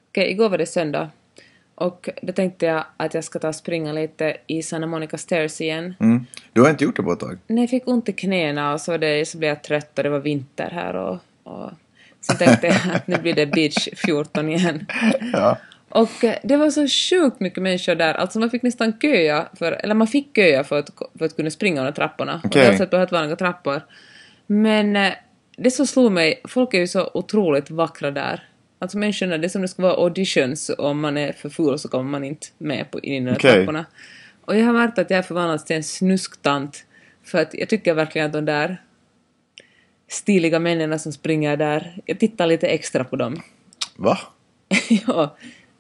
Okej, igår var det söndag. Och då tänkte jag att jag ska ta och springa lite i Santa Monica Stairs igen. Du har inte gjort det på ett tag? Nej, jag fick ont i knäna och så blev jag trött och det var vinter här. Och så tänkte jag att nu blir det Beach 14 igen. Ja. Och det var så sjukt mycket människor där. Alltså man fick nästan köa för att kunna springa under trapporna. Okay. Och jag har sett på helt vanliga trappor. Men det som slog mig, folk är ju så otroligt vackra där. Alltså människorna, det är som det ska vara auditions. Om man är för full så kommer man inte med på in i trapporna. Och jag har märkt att jag är förvandlad till en snusktant. För att jag tycker verkligen att de där stiliga männen som springer där, jag tittar lite extra på dem. Va? Ja.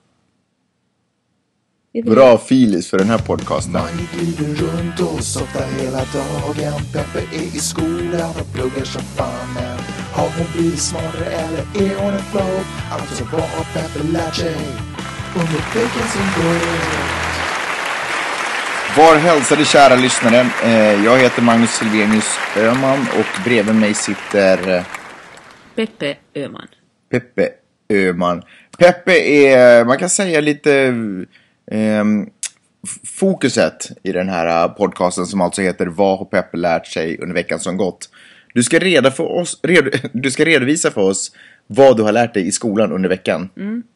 Bra filis för den här podcasten. Man glider runt och softar hela dagen. Peppe är i skolan och pluggar som fan. Men har hon blivit smartare eller är hon en flow? Alltså vad har Peppe lärt sig under veckan som gått? Var hälsade kära lyssnare. Jag heter Magnus Silvenius Öhman och bredvid mig sitter Peppe Öhman. Peppe Öhman. Peppe är, man kan säga, lite fokuset i den här podcasten som alltså heter Vad har Peppe lärt sig under veckan som gått. Du ska redovisa för oss vad du har lärt dig i skolan under veckan.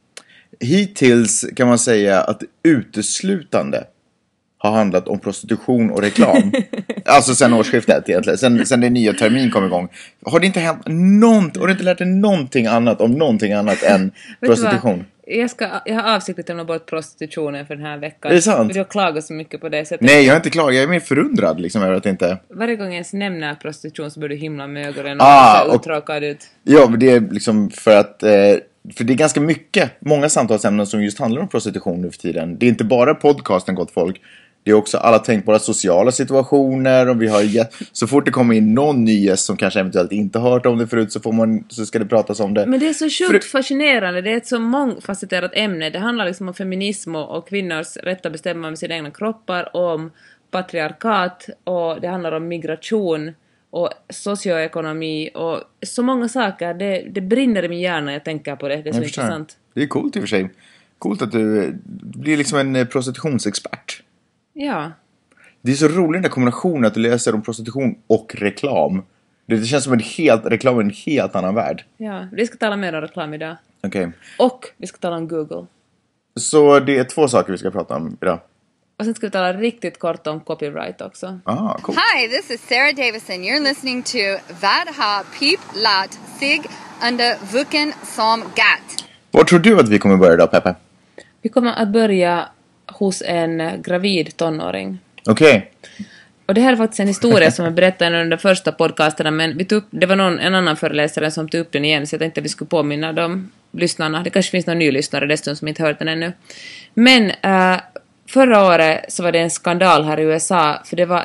Hittills kan man säga att uteslutande har handlat om prostitution och reklam. Alltså sen årsskiftet egentligen. Sen det nya termin kom igång. Har det inte hänt någonting? Har du inte lärt dig någonting annat om någonting annat än prostitution? Jag har avsiktligt lämnat bort prostitutionen för den här veckan. Det är sant. För jag klagar så mycket på det sättet. Nej, jag är inte klagad. Jag är mer förundrad liksom över att inte... Varje gång jag ens nämner prostitution så börjar du himla med ögonen och så uttråkad ut. Ja, men det är liksom för att... För det är ganska mycket, många samtalsämnen som just handlar om prostitution nu för tiden. Det är inte bara podcasten, gott folk. Det är också alla tänkbara sociala situationer. Och vi har så fort det kommer in någon ny gäst som kanske eventuellt inte hört om det förut så ska det pratas om det. Men det är så sjukt fascinerande. Det är ett så mångfacetterat ämne. Det handlar liksom om feminism och kvinnors rätt att bestämma om sina egna kroppar. Om patriarkat. Och det handlar om migration och socioekonomi och så många saker. Det brinner i min hjärna när jag tänker på det. Det är så intressant. Det är coolt i och för sig. Coolt att du blir liksom en prostitutionsexpert. Ja. Det är så roligt den där kombinationen att du läser om prostitution och reklam. Det känns som reklam är en helt annan värld. Ja, vi ska tala mer om reklam idag. Okej. Och vi ska tala om Google. Så det är 2 saker vi ska prata om idag. Och sen ska vi tala riktigt kort om copyright också. Cool. Hi, this is Sarah Davison. You're listening to Vad har Pip lat sig under vuken som gatt. Var tror du att vi kommer börja idag, Peppe? Vi kommer att börja hos en gravid tonåring. Okej. Och det här är faktiskt en historia som jag berättade under första podcasterna, men det var en annan föreläsare som tog upp den igen, så jag tänkte att vi skulle påminna de lyssnarna. Det kanske finns någon ny lyssnare dessutom som inte hört den ännu. Men förra året så var det en skandal här i USA, för det var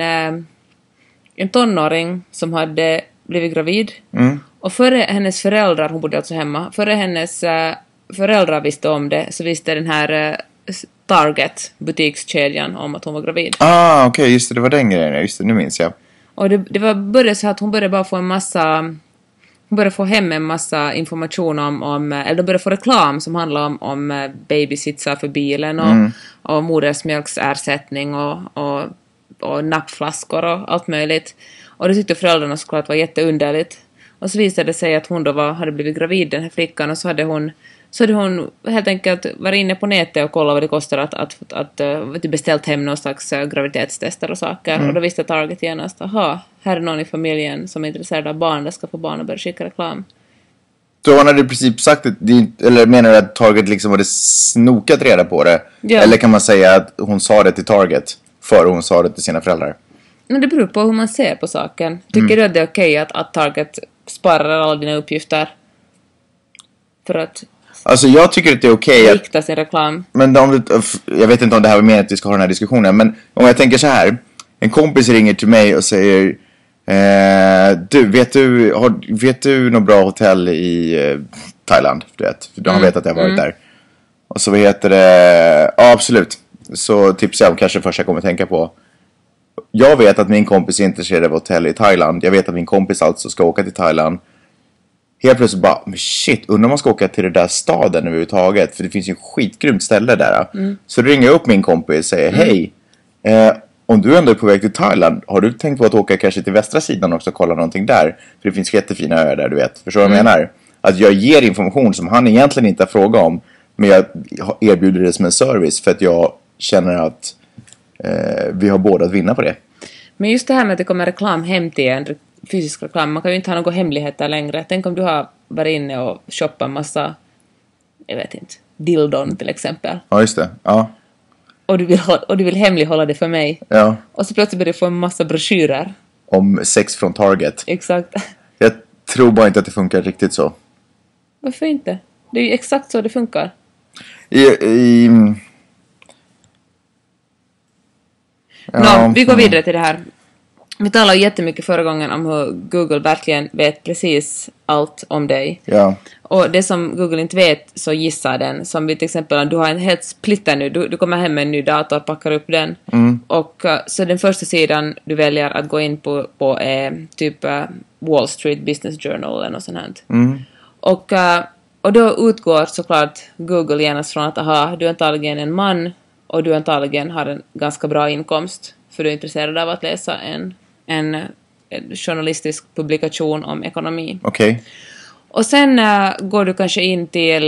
en tonåring som hade blivit gravid. Och före hennes föräldrar, hon bodde alltså hemma, före hennes föräldrar visste om det, så visste den här Target, butikskedjan, om att hon var gravid. Okej, just det var den grejen. Just det, nu minns jag. Och det började så att hon började bara få hon började få hem en massa information eller de började få reklam som handlar om babysitsar för bilen och modersmjölksersättning och nappflaskor och allt möjligt. Och det tyckte föräldrarna såklart var jätteunderligt. Och så visade det sig att hon då hade blivit gravid, den här flickan, och så hade hon helt enkelt varit inne på nätet och kollat vad det kostar att beställt hem någon slags graviditetstester och saker. Och då visste Target genast, här är någon i familjen som är intresserad av barn, där ska få barn och börja skicka reklam. Så han hade i princip sagt eller menar du att Target liksom hade snokat reda på det? Ja. Eller kan man säga att hon sa det till Target före hon sa det till sina föräldrar? Men det beror på hur man ser på saken. Tycker du att det är okej att Target sparar alla dina uppgifter för att... Alltså jag tycker att det är okej att... rikta sin reklam. Men jag vet inte om det här var meningen att vi ska ha den här diskussionen. Men om jag tänker så här. En kompis ringer till mig och säger... vet du något bra hotell i Thailand? Du vet. Han vet att jag har varit där. Och så heter det... Ja, absolut. Så tipsar jag om kanske först jag kommer tänka på. Jag vet att min kompis är intresserad av hotell i Thailand. Jag vet att min kompis alltså ska åka till Thailand. helt plötsligt bara, men shit, undrar om man ska åka till det där staden överhuvudtaget. För det finns ju ett skitgrymt ställe där. Så ringer jag upp min kompis och säger, hej, om du ändå är på väg till Thailand, har du tänkt på att åka kanske till västra sidan också och kolla någonting där? För det finns jättefina öar där, du vet. Förstår du vad jag menar? Att jag ger information som han egentligen inte har frågat om, men jag erbjuder det som en service för att jag känner att vi har båda att vinna på det. Men just det här med att det kommer reklam hem till en fysisk reklam, man kan ju inte ha några hemligheter längre. Tänk om du har varit inne och shoppat en massa, jag vet inte, dildon till exempel. Ja, just det. Ja. Och du vill hemlighålla det för mig. Ja. Och så plötsligt börjar du få en massa broschyrer. Om sex från Target. Exakt. Jag tror bara inte att det funkar riktigt så. Varför inte? Det är ju exakt så det funkar. Ja, Vi går vidare till det här. Vi talade jättemycket förra gången om hur Google verkligen vet precis allt om dig. Ja. Och det som Google inte vet så gissar den. Som till exempel, du har en helt splitter nu. Du kommer hem med en ny dator, packar upp den. Och så den första sidan du väljer att gå in på är typ Wall Street Business Journal eller något sånt här. Och då utgår såklart Google genast från att du är antagligen en man och du antagligen har en ganska bra inkomst. För du är intresserad av att läsa en journalistisk publikation om ekonomi. Okej. Och sen går du kanske in till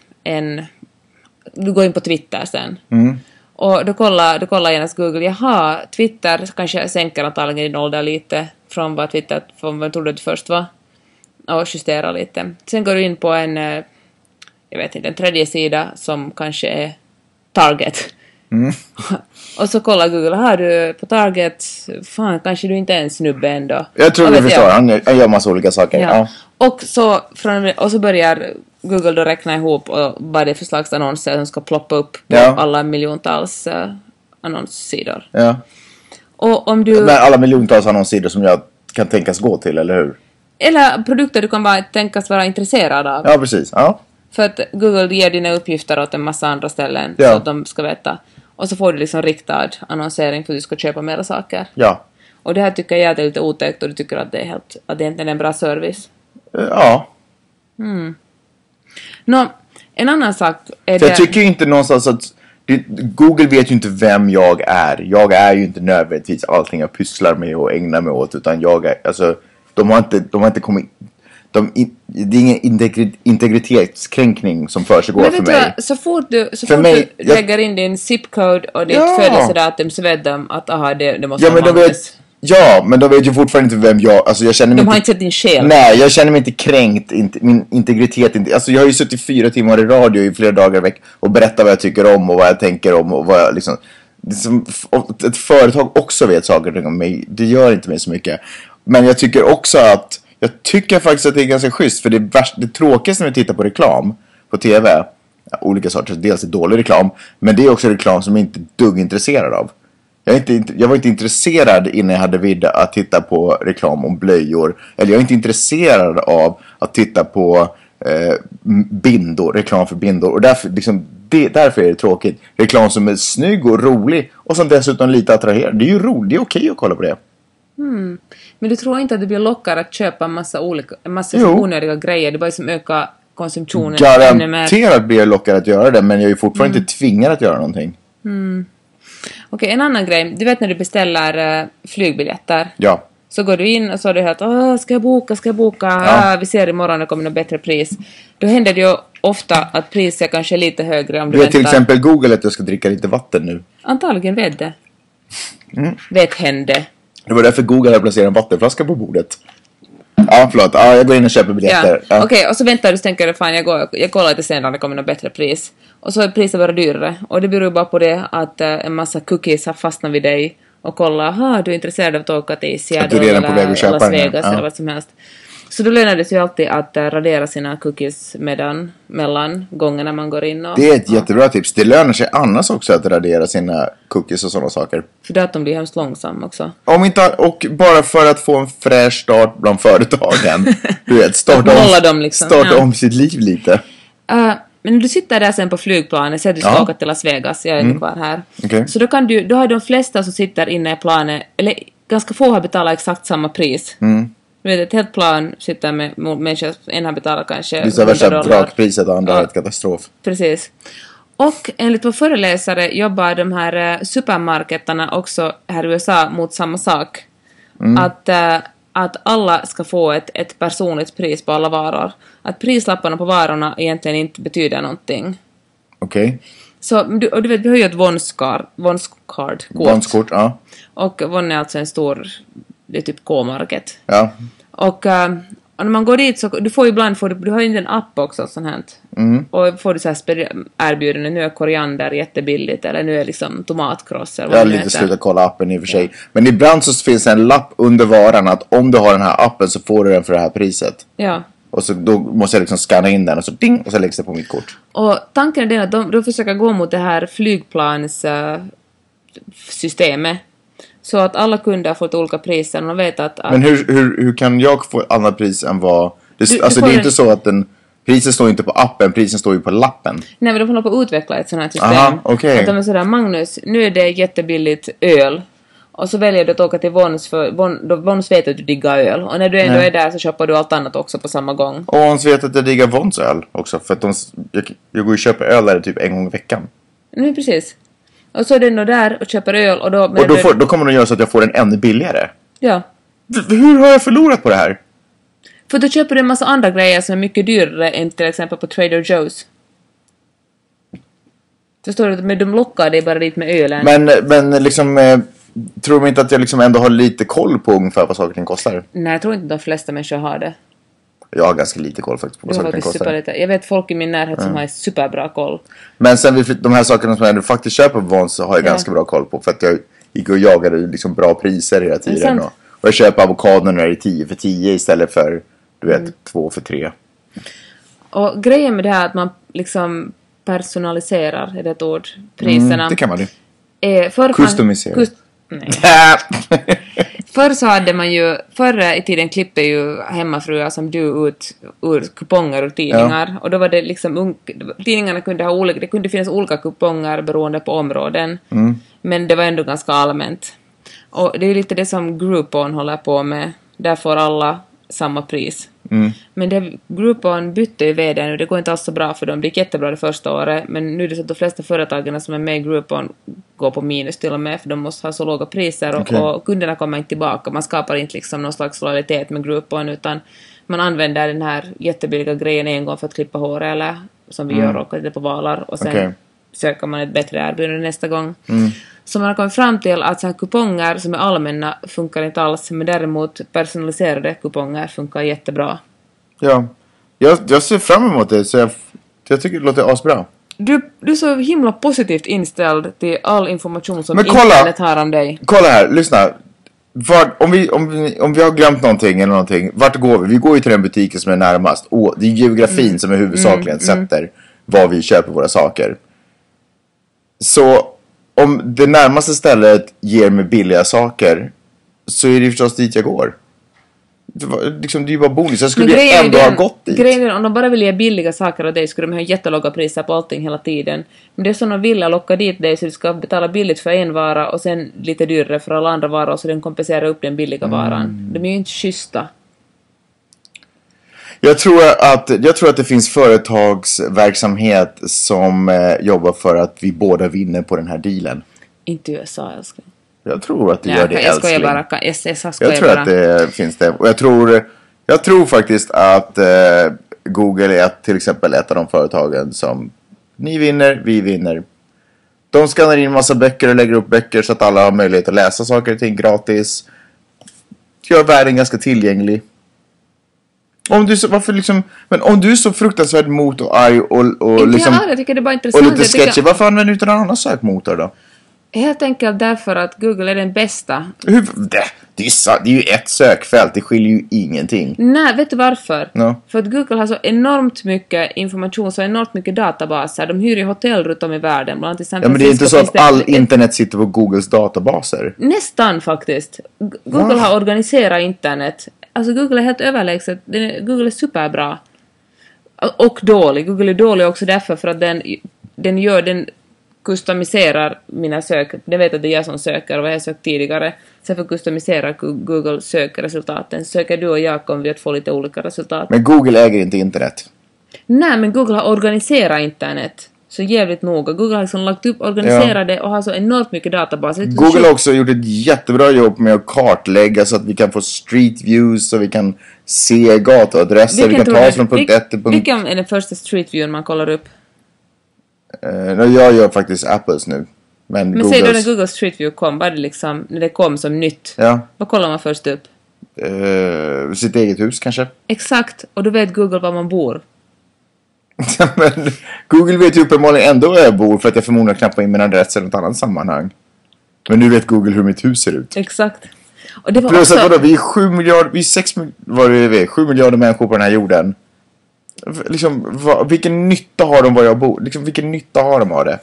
du går in på Twitter sen. Och då kollar genast Google, jaha, Twitter kanske sänker antagligen din ålder lite från vad jag trodde att först var. Och justerar lite. Sen går du in på en tredje sida som kanske är Target. Och så kollar Google, har du på Target, fan kanske du inte är en snubbe ändå. Jag tror du förstår, han gör massa olika saker. Ja. Och så börjar Google då räkna ihop och vad det är för slags annonser som ska ploppa upp på alla miljontals annonssidor. Ja. Och om du... Men alla miljontals annonssidor som jag kan tänkas gå till, eller hur? Eller produkter du kan bara tänkas vara intresserad av. Ja, precis. Ja. För att Google ger dina uppgifter åt en massa andra ställen så att de ska veta. Och så får du liksom riktad annonsering för att du ska köpa mera saker. Ja. Och det här tycker jag är lite otäckt och du tycker att det är inte en bra service. Ja. En annan sak är för jag tycker ju inte någonstans att Google vet ju inte vem jag är. Jag är ju inte nödvändigtvis allting jag pysslar med och ägnar mig åt, utan jag är, alltså, de har inte kommit... det är ingen integritetskränkning som försiggår för mig. Så fort du lägger in din zip-code och ditt födelsedatum så vet de att det måste vara Magnus. Men de vet ju fortfarande inte vem jag... Alltså jag känner mig de har inte sett din själ. Nej, jag känner mig inte kränkt. Min integritet inte... Alltså jag har ju suttit 4 timmar i radio i flera dagar i veckan och berättat vad jag tycker om och vad jag tänker om och vad jag liksom... Ett företag också vet saker om mig. Det gör inte mig så mycket. Men jag tycker också att... Jag tycker faktiskt att det är ganska schysst. För det tråkigaste när vi tittar på reklam på tv, olika sorter, dels är dålig reklam, men det är också reklam som jag inte är dugg intresserad av. Jag var inte intresserad innan jag hade vidda att titta på reklam om blöjor. Eller jag är inte intresserad av att titta på bindor, reklam för bindor. Och därför är det tråkigt. Reklam som är snygg och rolig och som dessutom lite attraherar. Det är ju roligt, det är okej att kolla på det. Men du tror inte att det blir lockare att köpa en massa onödiga grejer? Det bara som ökar konsumtionen. Garanterat blir det lockare att göra det, men jag är fortfarande inte tvingad att göra någonting. Okej, en annan grej. Du vet när du beställer flygbiljetter. Ja. Så går du in och så har du hört, ska jag boka? Ja. Vi ser imorgon, det kommer något bättre pris. Då händer det ju ofta att priset kanske är lite högre om du vet väntar. Till exempel Google att jag ska dricka lite vatten nu. Antagligen vet det. Vet hände. Det var därför Google hade placerat en vattenflaska på bordet. Ja, förlåt. Ja, jag går in och köper biljetter. Ja. Okej, och så väntar du och tänker fan, jag kollar lite sen om det kommer något bättre pris. Och så är priset bara dyrare. Och det beror bara på det att en massa cookies har fastnat vid dig. Och kolla, du är intresserad av att åka till Seattle eller Las Vegas eller vad som helst. Så då lönar det sig alltid att radera sina cookies mellan gångerna man går in. Det är ett jättebra tips. Det lönar sig annars också att radera sina cookies och sådana saker. För det att de blir hemskt långsam också. Och bara för att få en fräsch start bland företagen. Du vet, starta om sitt liv lite. Men när du sitter där sen på flygplanet, så att du ska åka till Las Vegas, jag är kvar här. Okay. Så då har de flesta som sitter inne i planet, eller ganska få har betalat exakt samma pris. Du vet, ett helt plan sitter med människor, en har betalat kanske Det är värsta $100. vrakpriset och andra Ja. har ett katastrof. Precis. Och enligt vår föreläsare jobbar de här supermarketerna också här i USA mot samma sak. Att alla ska få ett personligt pris på alla varor. Att prislapparna på varorna egentligen inte betyder någonting. Okej. Så du vet, vi har ju ett Vons-kort. Vons-kort, ja. Och Von är alltså en stor, det är typ K-market. Ja. Och när man går dit så du får ibland du har ju en app också sånt här. Och får du så här erbjudanden, nu är koriander jättebilligt eller nu är liksom tomatkross eller Jag har vad det lite heter. slutat kolla appen i och för sig. Men ibland så finns det en lapp under varan att om du har den här appen så får du den för det här priset. Ja. Och så då måste jag liksom scanna in den och så ding och så läggs det på mitt kort. Och tanken är den att de försöker gå mot det här flygplanssystemet. Så att alla kunder får olika priser och de vet att Men hur kan jag få ett annat pris än vad... Du alltså får det är en- inte så att priset står inte på appen, priset står ju på lappen. Nej, men de håller på att utveckla ett sånt här system. Aha, okej. Att de är sådär, Magnus, nu är det jättebilligt öl. Och så väljer du att åka till Vons för Vons vet att du diggar öl. Och när du ändå är där så köper du allt annat också på samma gång. Och hon vet att jag diggar Vons öl också. För att jag går och köper öl där typ en gång i veckan. Nej, precis. Och så är du ändå där och köper öl och då... Och då kommer de göra så att jag får den ännu billigare. Ja. Hur har jag förlorat på det här? För då köper du en massa andra grejer som är mycket dyrare än till exempel på Trader Joe's. Förstår du? Men de lockar dig bara dit med ölen. Men liksom... tror de inte att jag liksom ändå har lite koll på ungefär vad saker och ting kostar? Nej, jag tror inte de flesta människor har det. Jag har ganska lite koll faktiskt på vad Jag, saker har och ting faktiskt kostar. superlite. Jag vet folk i min närhet som har superbra koll. Men sen de här sakerna som jag faktiskt köper på Vons så har jag ganska bra koll på. För att jag gick och jagade liksom bra priser hela tiden. sant? Och jag köper avokadon när det är 10 för 10 istället för, du vet, 2 för 3. Och grejen med det här att man liksom personaliserar, är det ett ord, priserna. Det kan man ju. Customisera. Nej. Förr så hade man ju, förr i tiden klippte ju hemmafruar som du ut ur kuponger och tidningar. Och då var det liksom, tidningarna kunde ha olika, det kunde finnas olika kuponger beroende på områden. Men det var ändå ganska allmänt. Och det är ju lite det som Groupon håller på med. Där får alla samma pris. Men Groupon bytte ju vd nu, det går inte alls så bra för dem. Det gick jättebra det första året, men nu är det så att de flesta företagen som är med i Groupon går på minus till och med, för de måste ha så låga priser och kunderna kommer inte tillbaka. Man skapar inte liksom någon slags lojalitet med Groupon, utan man använder den här jättebilliga grejen en gång för att klippa hår eller som vi gör och det på valar och sen söker man ett bättre erbjudande nästa gång. Så man har kommit fram till att så här kuponger som är allmänna funkar inte alls, men däremot personaliserade kuponger funkar jättebra. Ja, jag ser fram emot det, så jag tycker det låter asbra. Du är så himla positivt inställd till all information som Men kolla! internet har om dig. Kolla här, lyssna. Om vi har glömt någonting eller någonting, vart går vi? Vi går ju till den butiken som är närmast. Det är geografin som är huvudsakligen sätter var vi köper våra saker. Så om det närmaste stället ger mig billiga saker så är det förstås dit jag går. Det är ju bara bonus. Jag skulle ju ändå ha gått dit. Grejen är, om de bara vill ge billiga saker av dig skulle de ha jättelåga priser på allting hela tiden. Men det är som de vill locka dit dig så du ska betala billigt för en vara och sen lite dyrare för alla andra varor så den kompenserar upp den billiga varan. De är ju inte schyssta. Jag tror att det finns företagsverksamhet som jobbar för att vi båda vinner på den här dealen. Inte USA, älskling. Jag tror att det gör det, jag älskling. skojar bara. Jag tror att det finns det. Och jag tror faktiskt att Google är till exempel ett av de företagen som ni vinner, vi vinner. De skannar in en massa böcker och lägger upp böcker så att alla har möjlighet att läsa saker och ting gratis. Gör världen ganska tillgänglig. Om du är så fruktansvärt mot och arg och liksom, jag tycker det är bara och intressant. lite sketchy, varför använder du inte någon annan sökmotor då? Helt enkelt därför att Google är den bästa. Det är ju ett sökfält, det skiljer ju ingenting. Nej, vet du varför? No. För att Google har så enormt mycket information, så enormt mycket databaser. De hyr ju hotell runt om i världen. Bland annat i San Ja, men det är inte så Francisco att finns all internet sitter på Googles databaser. Nästan faktiskt. Google har organiserat internet. Alltså Google är helt överlägset. Google är superbra. Och dålig. Google är dålig också därför för att den customiserar mina sök. Den vet att det är jag som söker och vad jag sökt tidigare. sen för att kustomisera Google sökresultaten. Söker du och jag kommer vi att få lite olika resultat. Men Google äger inte internet. Nej, men Google har organiserat internet så jävligt noga. Google har liksom lagt upp, organiserat det och har så enormt mycket databaser. Google har också gjort ett jättebra jobb med att kartlägga så att vi kan få street views, så vi kan se gatuadresser, vi kan ta oss från punkt 1 till punkt... Vilken är den första street viewen man kollar upp? Jag gör faktiskt Apples nu. Men säg då när Google Street View kom, var det liksom, när det kom som nytt. Ja. Vad kollar man först upp? Sitt eget hus kanske. Exakt, och då vet Google var man bor. Men Google vet ju uppenbarligen ändå var jag bor, för att jag förmodligen knappar in min adress i något annat sammanhang. Men nu vet Google hur mitt hus ser ut. Exakt. Och det var plus också... att vadå, vi är 7 miljarder, vi är 7 miljarder människor på den här jorden. Liksom, vilken nytta har de var jag bor? Liksom, vilken nytta har de av det?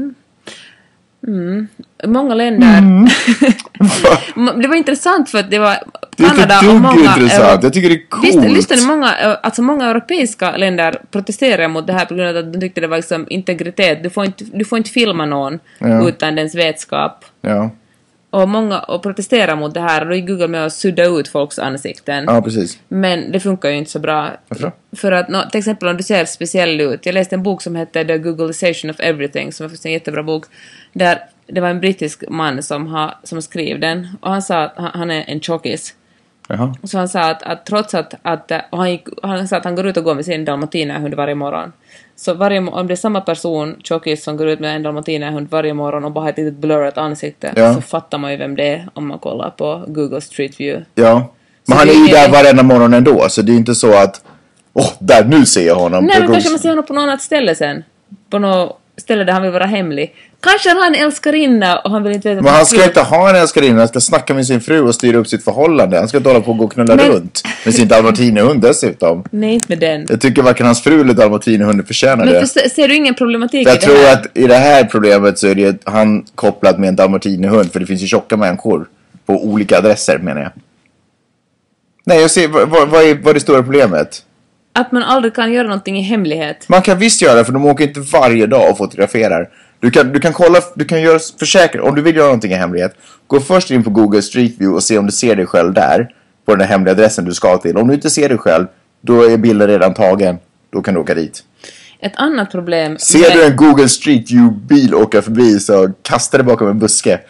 Många länder... det var intressant för att det var Kanada det är och många... intressant. Jag tycker det är coolt. Visst, många europeiska länder protesterade mot det här på grund av att de tyckte det var liksom integritet. Du får inte filma någon utan dens vetskap. Ja. Och protesterar mot det här, och då gick Google med att sudda ut folks ansikten. Ja, precis. Men det funkar ju inte så bra. Varför? För att till exempel om du ser speciell ut. Jag läste en bok som hette The Googleization of Everything, som är en jättebra bok. Där det var en brittisk man som skrev den. Och han sa att han är en tjockis. Jaha. Så han sa att trots att han sa att han går ut och går med sin dalmatinerhund varje morgon. Så om det är samma person, tjockis, som går ut med en dalmatinerhund varje morgon och bara har ett litet blurrat ansikte, så fattar man ju vem det är om man kollar på Google Street View. Ja, men så han är ju där varenda morgon ändå, så det är inte så att där nu ser jag honom. Nej, men kanske man ser honom på något annat ställe sen. På något ställe där han vill vara hemlig. Kanske han har en älskarinna och han vill inte veta... Men han ska inte ha en älskarinna, han ska snacka med sin fru och styra upp sitt förhållande. Han ska inte hålla på och gå och knulla runt med sin dalmatinerhund dessutom. Nej, inte med den. Jag tycker varken hans fru eller dalmatinerhunden förtjänar det. Men ser du ingen problematik för i jag det tror här? att i det här problemet så är det han kopplad med en dalmatinerhund, för det finns ju tjocka människor på olika adresser, menar jag. Nej, jag ser, vad är det stora problemet? Att man aldrig kan göra någonting i hemlighet. Man kan visst göra, för de åker inte varje dag och fotograferar. Du kan kolla, du kan göra försäkra, om du vill göra någonting i hemlighet. Gå först in på Google Street View och se om du ser dig själv där, på den här hemliga adressen du ska till. Om du inte ser dig själv, då är bilden redan tagen. Då kan du åka dit. Ett annat problem... Ser du en Google Street View-bil åka förbi, så kasta det bakom en buske.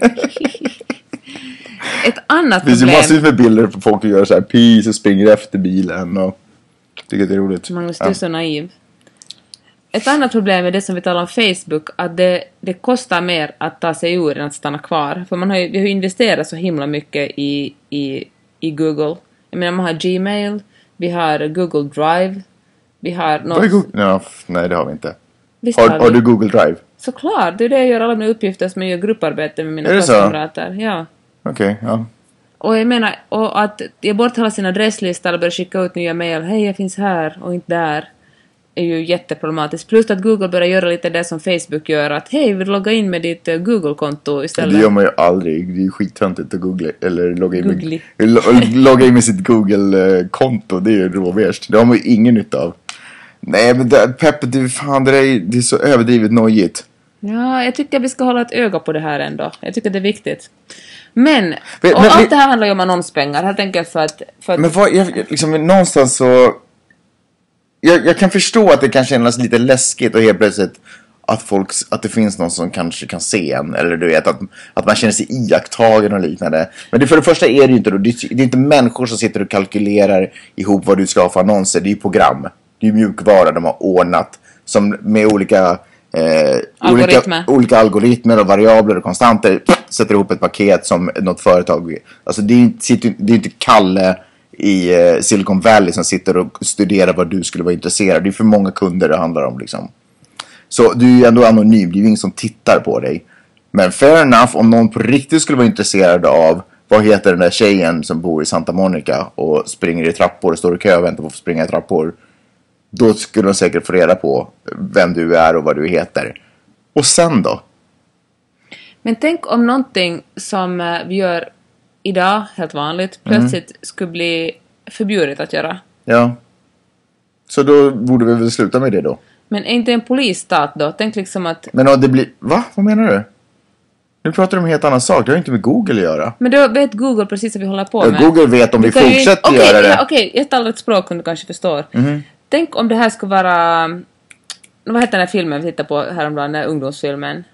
Ett annat Det finns ju problem... massor med bilder på folk som gör så här pis och springer efter bilen och tycker det är roligt. Magnus, du är så naiv. Ett annat problem är det som vi talar om Facebook, att det kostar mer att ta sig ur än att stanna kvar. För vi har ju investerat så himla mycket i Google. Jag menar, man har Gmail, vi har Google Drive, vi har något... Nej, det har vi inte. Visst Har du Google Drive? Såklart, det är det jag gör alla mina uppgifter som jag gör grupparbete med mina Är det så? klasskamrater. Ja. Okej, ja. Och jag menar, och att jag borttalar sin adresslista eller börjar skicka ut nya mejl. Hej, jag finns här och inte där. Är ju jätteproblematiskt. Plus att Google börjar göra lite det som Facebook gör. Att hej, vill logga in med ditt Google-konto istället. Det gör man ju aldrig. Det är skittöntigt att googla. Eller logga in med sitt Google-konto. Det är ju råvärst. Det har man ju ingen nytta av. Nej, men Peppe, det är så överdrivet nojigt. Ja, jag tycker att vi ska hålla ett öga på det här ändå. Jag tycker det är viktigt. Men allt det här handlar ju om annonspengar. Helt enkelt för att... Men liksom, någonstans så... Jag kan förstå att det kan kännas lite läskigt och helt plötsligt att det finns någon som kanske kan se en. Eller du vet, att man känner sig iakttagen och liknande. Men för det första är det ju inte då. Det är inte människor som sitter och kalkylerar ihop vad du ska ha för annonser. Det är ju program. Det är ju mjukvara de har ordnat. Som med olika algoritmer och variabler och konstanter sätter ihop ett paket som något företag. Alltså det är inte Kalle i Silicon Valley som sitter och studerar vad du skulle vara intresserad. Det är för många kunder det handlar om liksom. Så du är ju ändå anonym. Det är ju ingen som tittar på dig. Men fair enough, om någon på riktigt skulle vara intresserad av vad heter den där tjejen som bor i Santa Monica och springer i trappor och står i kö och väntar på att få springa i trappor. Då skulle de säkert få reda på vem du är och vad du heter. Och sen då? Men tänk om någonting som vi gör idag, helt vanligt, plötsligt skulle bli förbjudet att göra. Ja. Så då borde vi väl sluta med det då? Men är inte en polisstat då? Tänk liksom att... Men det blir... Va? Vad menar du? Nu pratar du om en helt annan sak. Det har inte med Google att göra. Men då vet Google precis vad vi håller på med. Google vet om vi fortsätter göra det. Okej, ett annat språk som du kanske förstår. Tänk om det här ska vara... Vad heter den här filmen vi tittar på häromdagen? Den här ungdomsfilmen.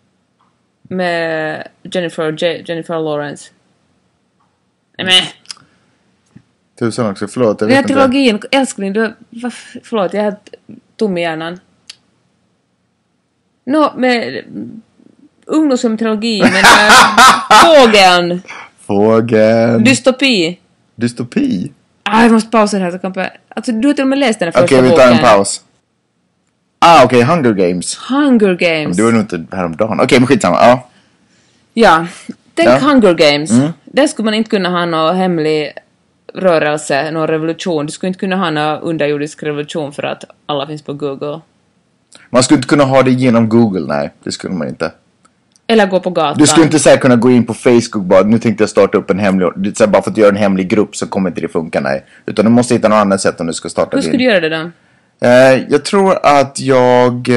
Med Jennifer Lawrence. Nej. Tusen också, förlåt. Den här trilogin, älskling, förlåt, jag är tom i hjärnan. Med ungdomsfilm-trilogi, men Fågeln. Dystopi. Jag måste pausa det här så kan jag... Alltså, du har till och med läst den här första boken. Okej, vi tar en paus. Okej, Hunger Games. Men du var nog inte häromdagen. Okej, men skitsamma, ja. Ja, tänk Hunger Games. Där skulle man inte kunna ha någon hemlig rörelse, någon revolution. Du skulle inte kunna ha någon underjordisk revolution för att alla finns på Google. Man skulle inte kunna ha det genom Google, nej. Det skulle man inte. Eller gå på gatan. Du skulle inte så här kunna gå in på Facebook bara, nu tänkte jag starta upp en hemlig... Så här, bara för att göra en hemlig grupp så kommer inte det funka, nej. Utan du måste hitta något annat sätt om du ska starta. Hur skulle du göra det då? Jag tror att jag...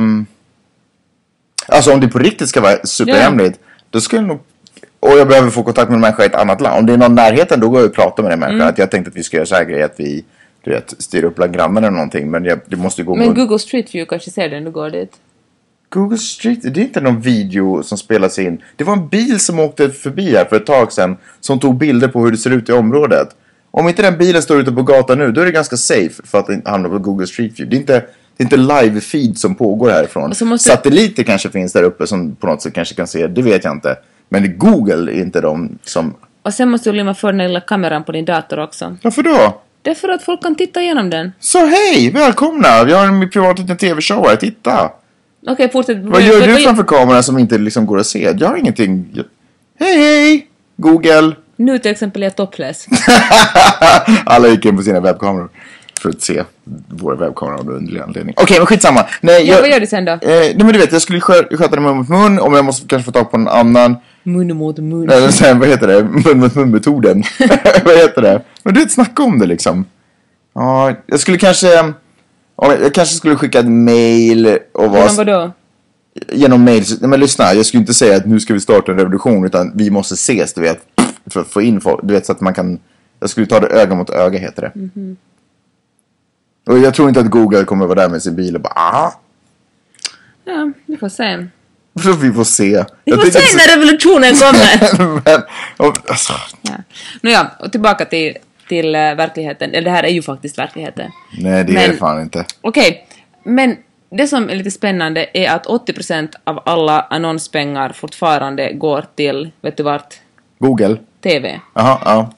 Alltså om det på riktigt ska vara superhemligt, då skulle jag nog... Och jag behöver få kontakt med en människa i ett annat land. Om det är någon närheten, då går jag och pratar med den människan. Att jag tänkte att vi ska göra så här grejer, att vi styr upp bland grannarna eller någonting. Men det måste ju gå... Men Google Street View kanske ser den, du går dit. Google Street, det är inte någon video som spelas in. Det var en bil som åkte förbi här för ett tag sedan, som tog bilder på hur det ser ut i området. Om inte den bilen står ute på gatan nu, då är det ganska safe för att hamna på Google Street View. Det är inte live-feed som pågår härifrån. Satelliter kanske finns där uppe som på något sätt kanske kan se, det vet jag inte. Men Google är inte de som... Och sen måste du limma för den lilla kameran på din dator också. Varför då? Det är för att folk kan titta igenom den. Så hej, välkomna! Vi har en privat liten tv-show här, titta! Okej, fortsätt. Vad gör du framför kameran som inte liksom går att se? Jag har ingenting... Hej! Google! Nu till exempel är jag topless. Alla gick in på sina webbkameror för att se våra webbkameror av underlig anledning. Okej, men skitsamma. Nej, vad gör du sen då? Nej, men du vet, jag skulle sköta det mun mot mun. Om jag måste kanske få tag på en annan... Mun mot mun. Eller sen, vad heter det? Mun mot mun-metoden. Vad heter det? Men du vet, snacka om det liksom. Ja, jag skulle kanske... Jag kanske skulle skicka ett mail och vara... Genom vadå? Genom mail. Men lyssna, jag skulle inte säga att nu ska vi starta en revolution, utan vi måste ses, du vet, för att få info. Du vet, så att man kan... Jag skulle ta det öga mot öga, heter det. Och jag tror inte att Google kommer vara där med sin bil och bara... Ja, vi får se. Vi får se. Vi får se när revolutionen kommer. Alltså. Ja. Nåja, och tillbaka till verkligheten. Eller det här är ju faktiskt verkligheten. Nej, det är det fan inte. Okej, men det som är lite spännande är att 80% av alla annonspengar fortfarande går till, vet du vart? Google? TV. Jaha, ja.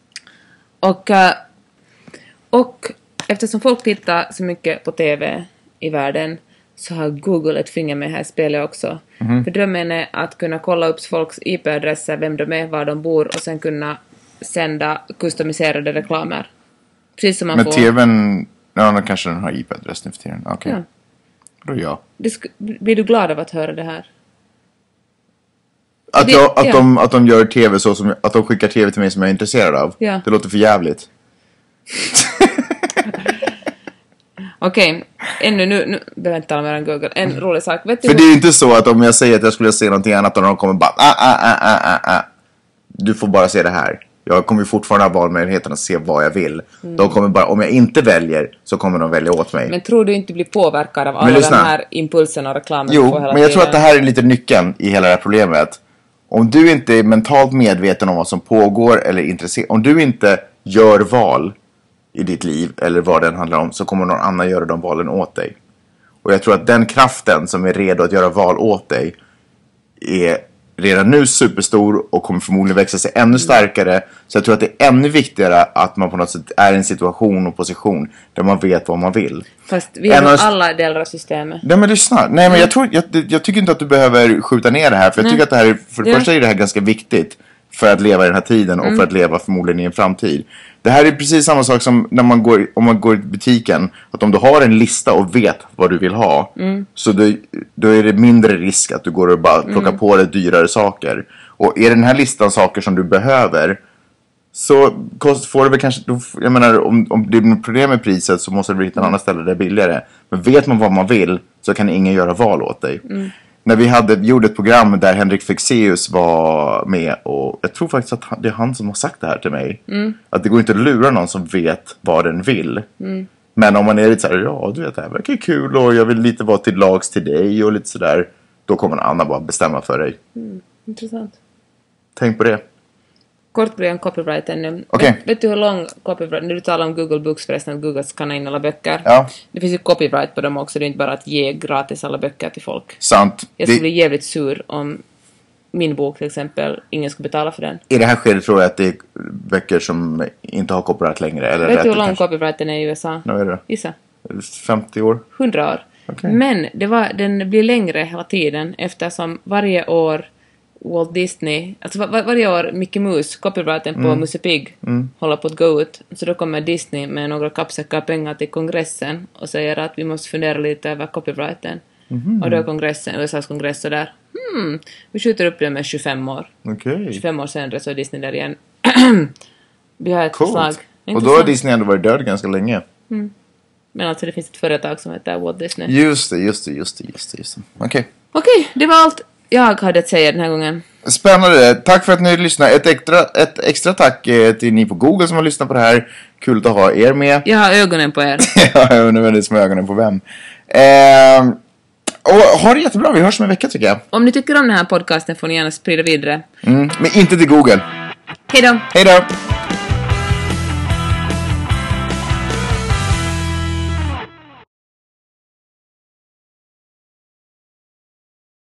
Och eftersom folk tittar så mycket på TV i världen, så har Google ett finger med här i spelet också. För drömmen är att kunna kolla upp folks IP-adresser, vem de är, var de bor, och sen kunna sända kustomiserade reklamer. Precis som man men får... Men TVn, ja, då kanske den har IP-adress nu för tiden. Okej. Ja. Då ja. Blir du glad av att höra det här? Att de gör TV så som... Att de skickar TV till mig som jag är intresserad av. Ja. Det låter för jävligt. Okej, ännu nu behöver jag inte tala mer än Google. En rolig sak. Vet du för det är inte så att om jag säger att jag skulle se någonting annat och de kommer bara... Du får bara se det här. Jag kommer fortfarande ha valmöjligheten att se vad jag vill. De kommer bara, om jag inte väljer så kommer de välja åt mig. Men tror du inte blir påverkad av alla de här impulserna och reklamen? Jo, men jag tror att det här är lite nyckeln i hela det här problemet. Om du inte är mentalt medveten om vad som pågår eller intresserad, om du inte gör val i ditt liv eller vad den handlar om, så kommer någon annan göra de valen åt dig. Och jag tror att den kraften som är redo att göra val åt dig är redan nu superstor och kommer förmodligen växa sig ännu starkare. Så jag tror att det är ännu viktigare att man på något sätt är i en situation och position där man vet vad man vill. Fast vi har alla delar av systemet. Nej, men lyssna. Nej, men jag tycker inte att du behöver skjuta ner det här. För jag tycker att det här, för det första är det här ganska viktigt för att leva i den här tiden och för att leva förmodligen i en framtid. Det här är precis samma sak som när om man går i butiken. Att om du har en lista och vet vad du vill ha, så då är det mindre risk att du går och bara plockar på dig dyrare saker. Och är den här listan saker som du behöver, så får det väl kanske... Jag menar, om det är problem med priset så måste du hitta en annan ställe där det är billigare. Men vet man vad man vill så kan ingen göra val åt dig. När vi gjorde ett program där Henrik Fexeus var med. Och jag tror faktiskt att det är han som har sagt det här till mig. Att det går inte att lura någon som vet vad den vill. Men om man är lite så här, ja du vet det här verkar kul och jag vill lite vara till lags till dig och lite sådär. Då kommer någon annan bara bestämma för dig. Intressant. Tänk på det. Kort grej om copyrighten nu. Okej. Vet du hur lång copyright... När du talar om Google Books förresten, att Google skannar in alla böcker. Ja. Det finns ju copyright på dem också. Det är inte bara att ge gratis alla böcker till folk. Sant. Jag skulle bli jävligt sur om min bok till exempel, ingen skulle betala för den. I det här skedet tror jag att det är böcker som inte har copyright längre. Eller vet du hur lång copyrighten är i USA? Vad är det? Gissa. 50 år? 100 år. Okay. Men den blir längre hela tiden eftersom varje år Walt Disney, alltså varje år Mickey Mouse, copyrighten på Musse Pigg håller på att gå ut. Så då kommer Disney med några kappsäckar pengar till kongressen och säger att vi måste fundera lite över copyrighten. Och då är kongressen, USAs kongress så där. Vi skjuter upp det med 25 år. Okay. 25 år senare så är Disney där igen. Vi har ett Coolt. förslag. Och då har Disney ändå varit död ganska länge. Men alltså det finns ett företag som heter Walt Disney. Just det. Okej. Okej, det var allt jag hade att säga den här gången. Spännande. Tack för att ni lyssnar. Ett extra tack till ni på Google som har lyssnat på det här. Kul att ha er med. Jag har ögonen på er. Ja, jag undrar vem det är som har ögonen på vem. Och ha det jättebra. Vi hörs om en vecka tycker jag. Om ni tycker om den här podcasten får ni gärna sprida vidare. Men inte till Google. Hej då! Hej då!